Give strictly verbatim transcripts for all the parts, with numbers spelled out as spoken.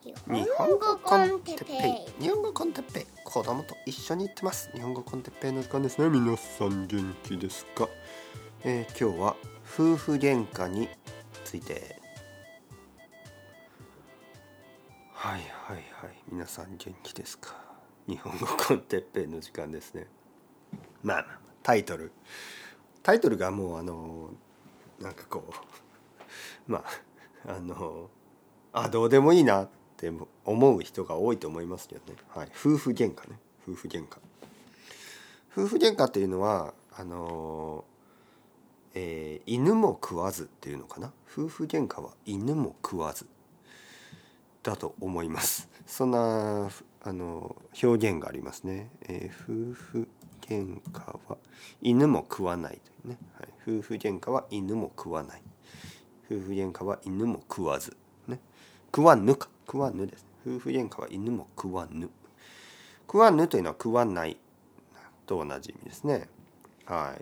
日本語コンテッペイ。 日本語コンテッペイ、子供と一緒に行ってます。日本語コンテッペイの時間ですね。皆さん元気ですか？えー、今日は夫婦喧嘩について。はいはいはい、皆さん元気ですか？日本語コンテッペイの時間ですね。まあタイトルタイトルがもうあのなんかこうまああのあどうでもいいなって思う人が多いと思いますけどね。はい、夫婦喧嘩ね。夫婦喧嘩夫婦喧嘩っていうのはあの、えー、犬も食わずっていうのかな。夫婦喧嘩は犬も食わずだと思います。そんなあの表現がありますね。えー、夫婦喧嘩は犬も食わないというね、はい、夫婦喧嘩は犬も食わない、夫婦喧嘩は犬も食わず、ね、食わぬか食わぬです。夫婦喧嘩は犬も食わぬ。食わぬというのは食わないと同じ意味ですね。はい。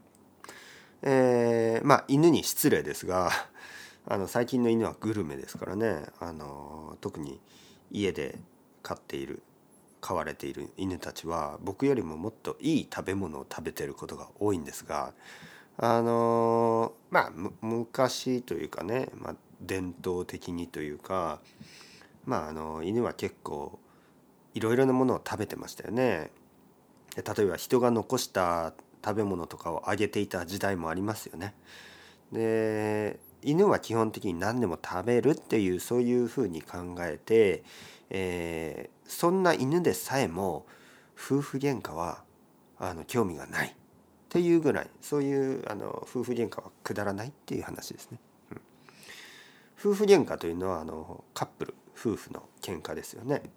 えー、まあ犬に失礼ですがあの最近の犬はグルメですからね。あの特に家で飼っている飼われている犬たちは僕よりももっといい食べ物を食べていることが多いんですが、あのまあ昔というかね、まあ、伝統的にというか、まああの犬は結構いろいろなものを食べてましたよね。で例えば人が残した食べ物とかをあげていた時代もありますよね。で犬は基本的に何でも食べるっていうそういうふうに考えて、えー、そんな犬でさえも夫婦喧嘩はあの興味がないっていうぐらい、そういうあの夫婦喧嘩はくだらないっていう話ですね。うん、夫婦喧嘩というのはあのカップル夫婦の喧嘩ですよね。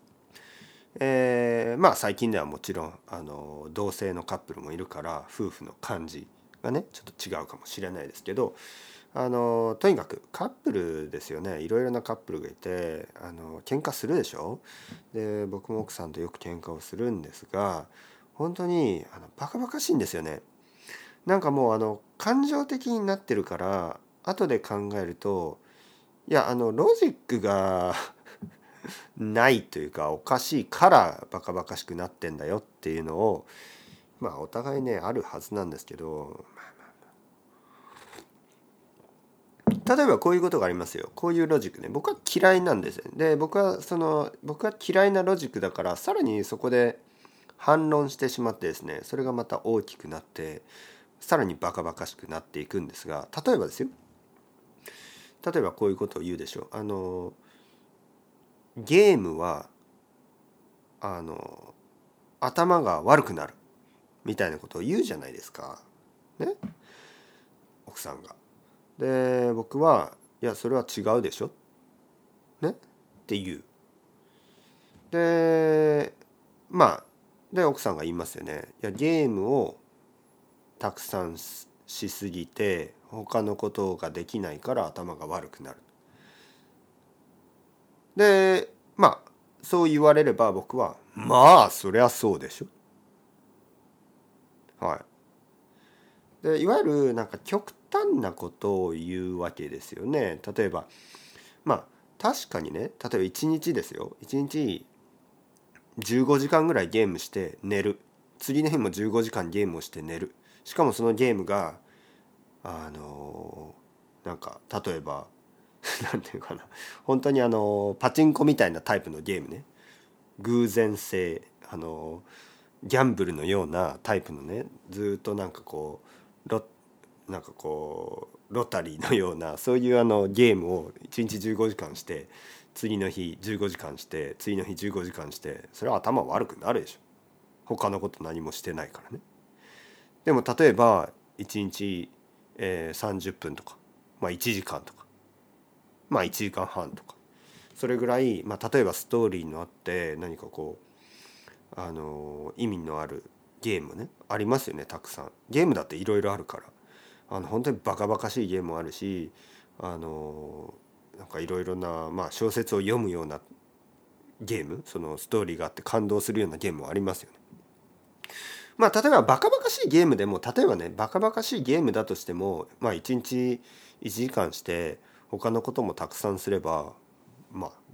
えー、まあ最近ではもちろんあの同性のカップルもいるから夫婦の感じがねちょっと違うかもしれないですけど、あのとにかくカップルですよね。いろいろなカップルがいてあの喧嘩するでしょ。で僕も奥さんとよく喧嘩をするんですが、本当にあのバカバカしいんですよね。なんかもうあの感情的になってるから後で考えると、いやあのロジックがないというかおかしいからバカバカしくなってんだよっていうのをまあお互いねあるはずなんですけど、例えばこういうことがありますよ。こういうロジックね、僕は嫌いなんですよ。で僕はその僕は嫌いなロジックだからさらにそこで反論してしまってですね、それがまた大きくなってさらにバカバカしくなっていくんですが、例えばですよ、例えばこういうことを言うでしょう。あのゲームはあの頭が悪くなるみたいなことを言うじゃないですかね、奥さんが。で僕はいやそれは違うでしょねって言う。でまあで奥さんが言いますよね。いやゲームをたくさんしすぎて他のことができないから頭が悪くなる。でまあそう言われれば僕はまあそりゃそうでしょ。はい。でいわゆるなんか極端なことを言うわけですよね。例えばまあ確かにね、例えばいちにちですよ、いちにちじゅうごじかんぐらいゲームして寝る、次の日もじゅうごじかんゲームをして寝る、しかもそのゲームがあのなんか例えばなんていうかな、本当にあのパチンコみたいなタイプのゲームね、偶然性、あのギャンブルのようなタイプのね、ずっとなんかこうロなんかこうロタリーのようなそういうあのゲームをいちにちじゅうごじかんして次の日じゅうごじかんして次の日じゅうごじかんして、それは頭悪くなるでしょ。他のこと何もしてないからね。でも例えばいちにち、えー、さんじゅっぷんとか、まあ、いちじかんとか、まあいちじかんはんとか、それぐらい、まあ、例えばストーリーのあって何かこうあの意味のあるゲームねありますよね。たくさんゲームだっていろいろあるから、あの本当にバカバカしいゲームもあるし、あのなんかいろいろな、まあ、小説を読むようなゲーム、そのストーリーがあって感動するようなゲームもありますよね。まあ例えばバカバカしいゲームでも、例えばねバカバカしいゲームだとしても、まあいちにちいちじかんして他のこともたくさんすればまあ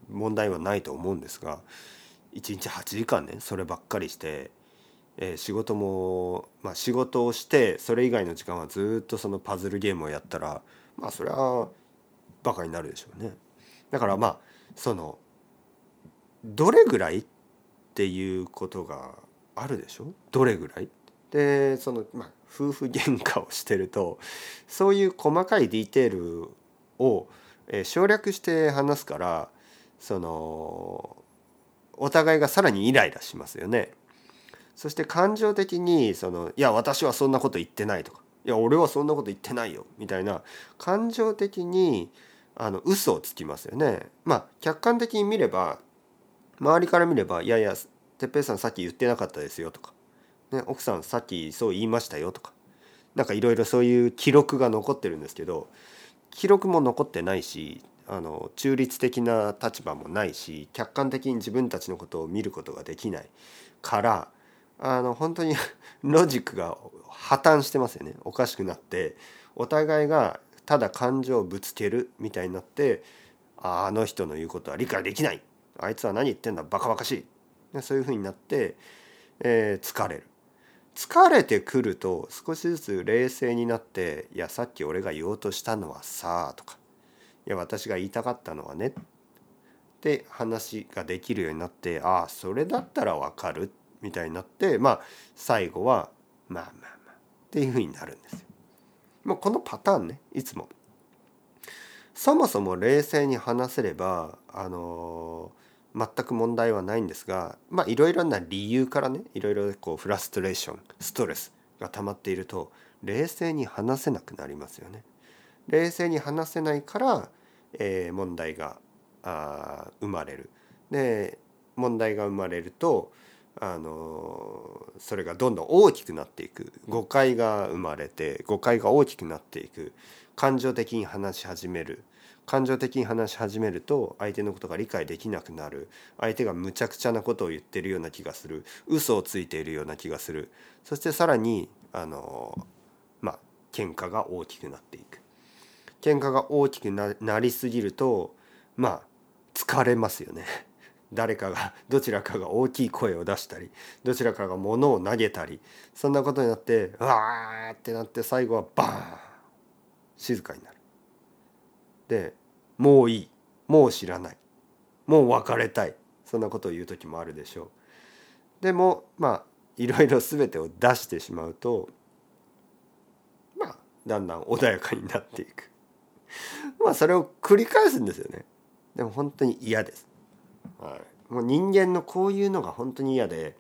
問題はないと思うんですが、いちにちはちじかんねそればっかりして、えー仕事も、まあ、仕事をしてそれ以外の時間はずっとそのパズルゲームをやったら、まあそれはバカになるでしょうね。だからまあそのどれぐらいっていうことがあるでしょ。どれぐらいで、その、まあ、夫婦喧嘩をしてるとそういう細かいディテールを、えー省略して話すから、そのお互いがさらにイライラしますよね。そして感情的にそのいや私はそんなこと言ってないとか、いや俺はそんなこと言ってないよみたいな感情的にあの嘘をつきますよね。まあ客観的に見れば、周りから見ればいやいや哲平さんさっき言ってなかったですよとか、ね、奥さんさっきそう言いましたよとか、なんかいろいろそういう記録が残ってるんですけど、記録も残ってないし、あの中立的な立場もないし、客観的に自分たちのことを見ることができないから、あの本当にロジックが破綻してますよね。おかしくなって、お互いがただ感情をぶつけるみたいになって、ああの人の言うことは理解できない、あいつは何言ってんだバカバカしい、そういうふうになって、えー疲れる。疲れてくると少しずつ冷静になって、いやさっき俺が言おうとしたのはさとか、いや私が言いたかったのはねって話ができるようになって、ああそれだったらわかるみたいになって、まあ最後はまあまあまあっていうふうになるんですよ。もうこのパターンね、いつもそもそも冷静に話せればあのー全く問題はないんですが、まあいろいろな理由からね、いろいろこうフラストレーションストレスが溜まっていると冷静に話せなくなりますよね。冷静に話せないから、えー問題があー生まれる。で問題が生まれるとあのーそれがどんどん大きくなっていく、誤解が生まれて誤解が大きくなっていく、感情的に話し始める、感情的に話し始めると相手のことが理解できなくなる、相手がむちゃくちゃなことを言ってるような気がする、嘘をついているような気がする、そしてさらにあのまあ喧嘩が大きくなっていく。喧嘩が大きくななりすぎるとまあ疲れますよね。誰かがどちらかが大きい声を出したり、どちらかが物を投げたり、そんなことになってわーってなって、最後はバーン静かになる。でもういい、もう知らない、もう別れたい、そんなことを言う時もあるでしょう。でもまあいろいろ全てを出してしまうと、まあだんだん穏やかになっていく。まあそれを繰り返すんですよね。でも本当に嫌です。はい、もう人間のこういうのが本当に嫌で、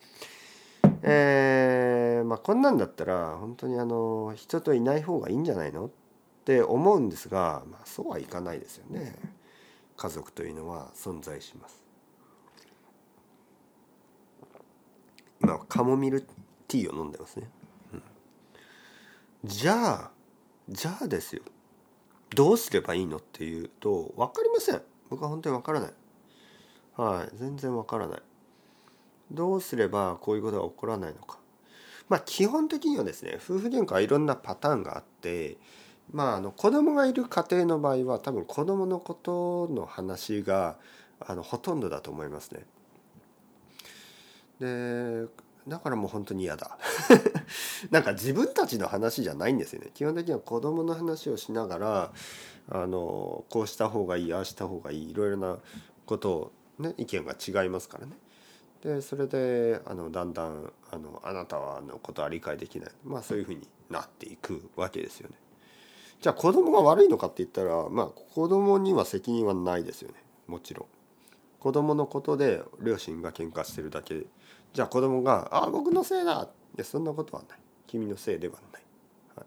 えー、まあこんなんだったら本当にあの人といない方がいいんじゃないのって思うんですが、まあ、そうはいかないですよね。家族というのは存在します。今カモミールティーを飲んでますね、うん、じゃあじゃあですよ、どうすればいいのっていうと分かりません。僕は本当に分からない。はい、全然分からない。どうすればこういうことが起こらないのか。まあ基本的にはですね、夫婦喧嘩はいろんなパターンがあって、まああの子供がいる家庭の場合は多分子供のことの話があのほとんどだと思いますね。でだからもう本当に嫌だ。なんか自分たちの話じゃないんですよね。基本的には子供の話をしながら、あのこうした方がいい、ああした方がいい、いろいろなことをね、意見が違いますからね。でそれであのだんだんあのあなたはのことは理解できない、まあそういうふうになっていくわけですよね。じゃあ子供が悪いのかって言ったら、まあ子供には責任はないですよね。もちろん子供のことで両親が喧嘩してるだけ。じゃあ子供が「ああ僕のせいだ」ってそんなことはない。君のせいではない、はい、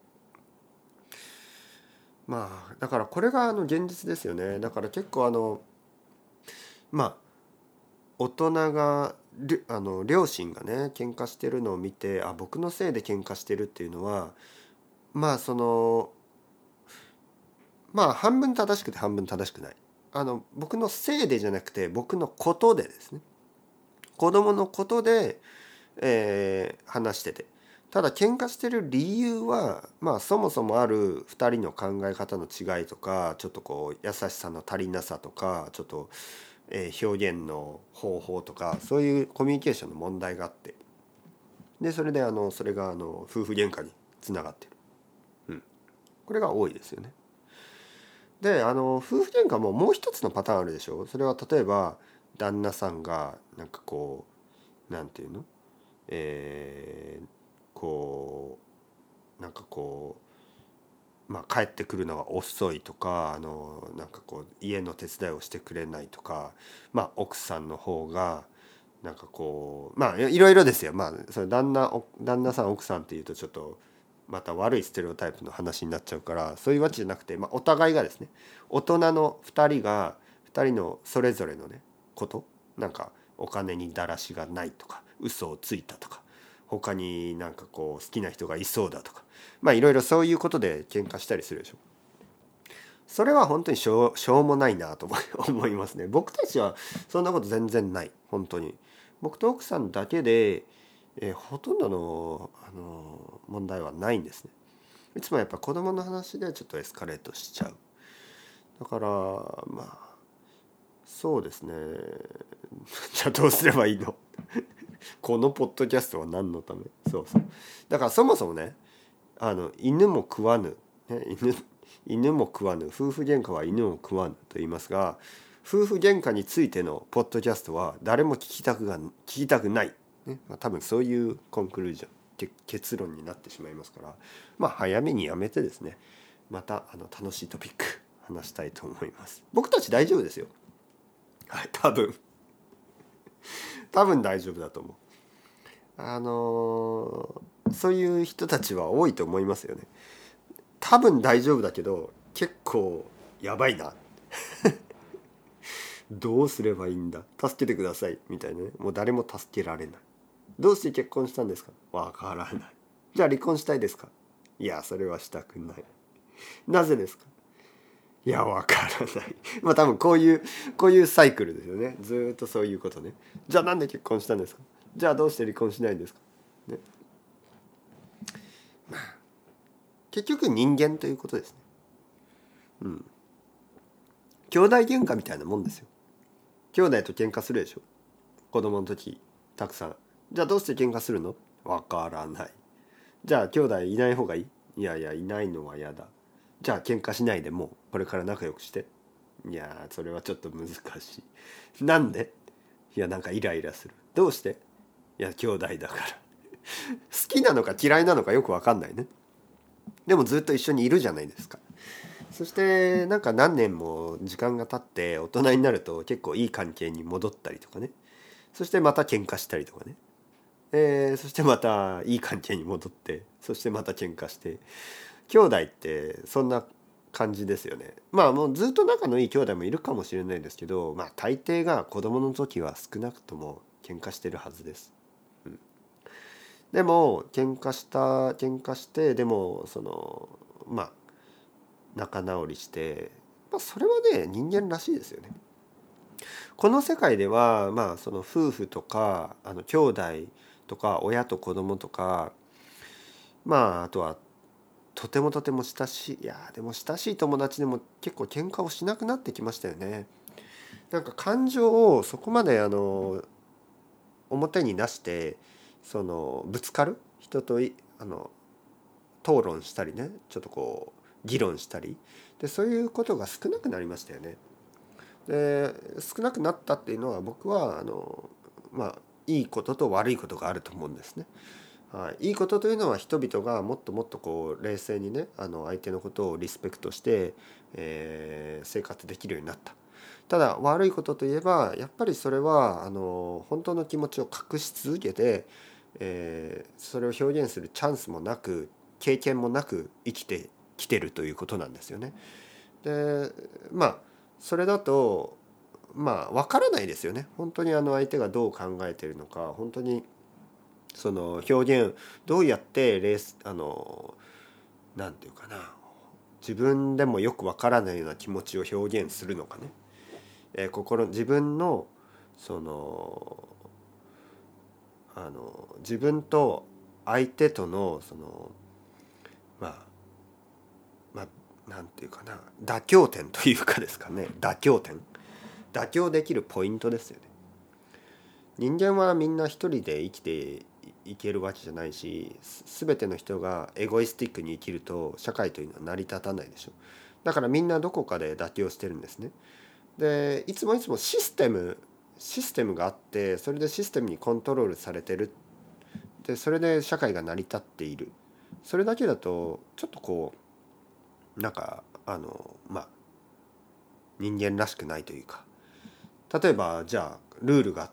まあだからこれがあの現実ですよね。だから結構あのまあ大人があの両親がね喧嘩してるのを見て、あ僕のせいで喧嘩してるっていうのは、まあそのまあ半分正しくて半分正しくない。あの僕のせいでじゃなくて僕のことでですね、子供のことで、えー話してて、ただ喧嘩してる理由はまあそもそもあるふたりの考え方の違いとか、ちょっとこう優しさの足りなさとか、ちょっとえー、表現の方法とかそういうコミュニケーションの問題があって、でそれであのそれがあの夫婦喧嘩につながっている、うん、これが多いですよね。であの夫婦喧嘩ももう一つのパターンあるでしょ。それは例えば旦那さんがなんかこうなんていうの、えー、こうなんかこうまあ帰ってくるのが遅いとか、あのなんかこう家の手伝いをしてくれないとか、まあ奥さんの方がなんかこうまあいろいろですよ。まあそれ旦那旦那さん奥さんっていうとちょっとまた悪いステレオタイプの話になっちゃうから、そういうわけじゃなくて、まあ、お互いがですね、大人のふたりがふたりのそれぞれのねこと、なんかお金にだらしがないとか嘘をついたとか、他になんかこう好きな人がいそうだとか、まあいろいろそういうことで喧嘩したりするでしょ。それは本当にしょう、しょうもないなと思いますね。僕たちはそんなこと全然ない。本当に僕と奥さんだけで、えーほとんどの、あの問題はないんですね。いつもやっぱ子供の話でちょっとエスカレートしちゃう。だからまあそうですね。じゃあどうすればいいのこのポッドキャストは何のため。そうそう、だからそもそもね、あの犬も食わぬ、ね、犬犬も食わぬ、夫婦喧嘩は犬も食わぬと言いますが、夫婦喧嘩についてのポッドキャストは誰も聞きたくが聞きたくない、ね、まあ、多分そういうコンクルージョン結論になってしまいますから、まあ早めにやめてですね、またあの楽しいトピック話したいと思います。僕たち大丈夫ですよ。はい、多分多分大丈夫だと思う。あのーそういう人たちは多いと思いますよね。多分大丈夫だけど結構やばいなどうすればいいんだ、助けてくださいみたいなね。もう誰も助けられない。どうして結婚したんですか、わからない。じゃあ離婚したいですか、いやそれはしたくない。なぜですか、いやわからないまあ多分こういうこういうサイクルですよね。ずーっとそういうことね。じゃあなんで結婚したんですか、じゃあどうして離婚しないんですか、ね、結局人間ということですね。うん。兄弟喧嘩みたいなもんですよ。兄弟と喧嘩するでしょ、子供の時たくさん。じゃあどうして喧嘩するの、わからない。じゃあ兄弟いない方がいい、いやいやいないのは嫌だ。じゃあ喧嘩しないでもうこれから仲良くして、いやそれはちょっと難しい。なんで、いやなんかイライラする。どうして、いや兄弟だから好きなのか嫌いなのかよくわかんないね。でもずっと一緒にいるじゃないですか。そしてなんか何年も時間が経って大人になると結構いい関係に戻ったりとかね。そしてまた喧嘩したりとかね。えー、そしてまたいい関係に戻って、そしてまた喧嘩して。兄弟ってそんな感じですよね。まあもうずっと仲のいい兄弟もいるかもしれないですけど、まあ大抵が子供の時は少なくとも喧嘩してるはずです。うん、でも喧嘩した喧嘩してでもそのまあ仲直りして、まあ、それはね人間らしいですよね。この世界ではまあその夫婦とかあの兄弟とか親と子供とか、まああとはとてもとても親しい、いやでも親しい友達でも結構喧嘩をしなくなってきましたよね。なんか感情をそこまであの表に出してそのぶつかる人といあの討論したりね、ちょっとこう議論したりで、そういうことが少なくなりましたよね。で少なくなったっていうのは僕はあのまあいいことと悪いことがあると思うんですね。はい、いいことというのは人々がもっともっとこう冷静にね、あの相手のことをリスペクトして、えー生活できるようになった。ただ悪いことといえばやっぱりそれはあの本当の気持ちを隠し続けて、えーそれを表現するチャンスもなく経験もなく生きてきてるということなんですよね。でまあそれだとまあ分からないですよね。本当にあの相手がどう考えているのか、本当にその表現どうやってレースあのなんていうかな、自分でもよく分からないような気持ちを表現するのかね、えー、心自分のそのあの自分と相手とのそのまあまあなんていうかな、妥協点というかですかね、妥協点妥協できるポイントですよね。人間はみんな一人で生きていけるわけじゃないし、全ての人がエゴイスティックに生きると社会というのは成り立たないでしょ。だからみんなどこかで妥協してるんですね。でいつもいつもシステムシステムがあって、それでシステムにコントロールされてる。でそれで社会が成り立っている。それだけだとちょっとこうなんかあのまあ人間らしくないというか、例えばじゃあルールがあって、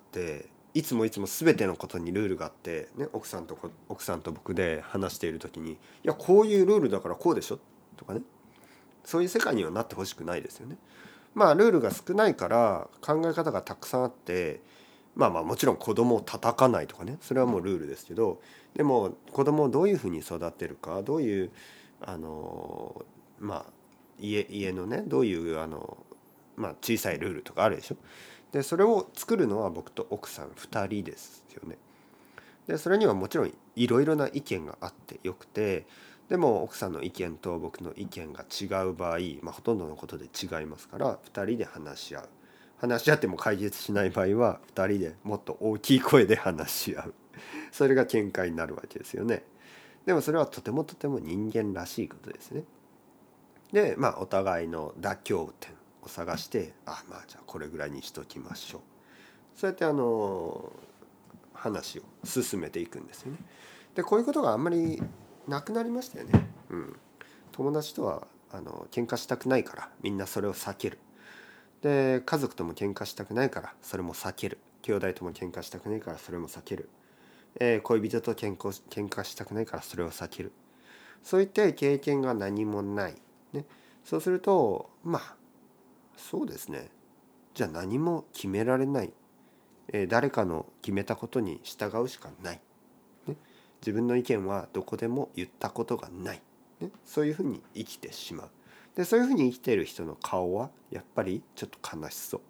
いつもいつも全てのことにルールがあって、ね、奥さんとこ奥さんと僕で話している時に、いやこういうルールだからこうでしょとかね、そういう世界にはなってほしくないですよね。まあルールが少ないから考え方がたくさんあって、まあまあもちろん子供を叩かないとかね、それはもうルールですけど、でも子供をどういうふうに育てるか、どういうあのまあ家家のね、どういうあのまあ小さいルールとかあるでしょ。でそれを作るのは僕と奥さんふたりですよね。でそれにはもちろんいろいろな意見があってよくて、でも奥さんの意見と僕の意見が違う場合、まあ、ほとんどのことで違いますからふたりで話し合う。話し合っても解決しない場合はふたりでもっと大きい声で話し合う。それが喧嘩になるわけですよね。でもそれはとてもとても人間らしいことですね。でまあお互いの妥協点を探して、あまあじゃあこれぐらいにしときましょう。そうやってあの話を進めていくんですよね。でこういうことがあんまりなくなりましたよね。うん、友達とはあの喧嘩したくないからみんなそれを避ける。で家族とも喧嘩したくないからそれも避ける。兄弟とも喧嘩したくないからそれも避ける。えー、恋人と喧嘩喧嘩したくないからそれを避ける。そういった経験が何もない、ね、そうするとまあそうですね、じゃあ何も決められない、えー、誰かの決めたことに従うしかない、ね、自分の意見はどこでも言ったことがない、ね、そういうふうに生きてしまう。でそういうふうに生きている人の顔はやっぱりちょっと悲しそう、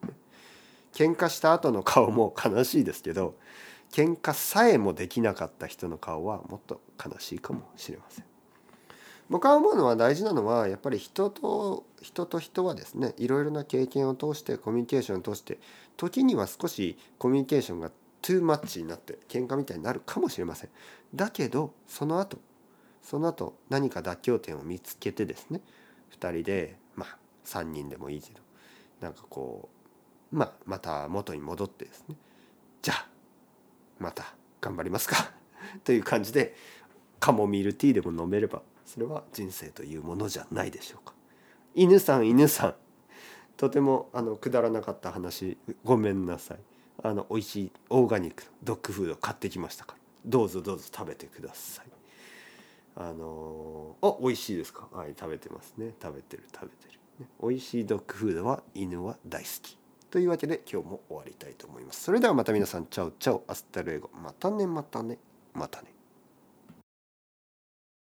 ね、喧嘩した後の顔も悲しいですけど、喧嘩さえもできなかった人の顔はもっと悲しいかもしれません。僕が思うのは大事なのはやっぱり人と人と人はですね、いろいろな経験を通してコミュニケーションを通して時には少しコミュニケーションがトゥーマッチになって喧嘩みたいになるかもしれません。だけどその後その後何か妥協点を見つけてですね、ふたりでまあさんにんでもいいけどなんかこうまあまた元に戻ってですね、じゃあまた頑張りますかという感じでカモミールティーでも飲めればそれは人生というものじゃないでしょうか。犬さん犬さん、とてもあのくだらなかった話ごめんなさい。あの美味しいオーガニックのドッグフードを買ってきましたからどうぞどうぞ食べてください。あのー、あ美味しいですか。はい食べてますね。食べてる食べてる、ね、美味しいドッグフードは犬は大好きというわけで今日も終わりたいと思います。それではまた皆さんチャオチャオアスタルエゴ、またねまたねまたね。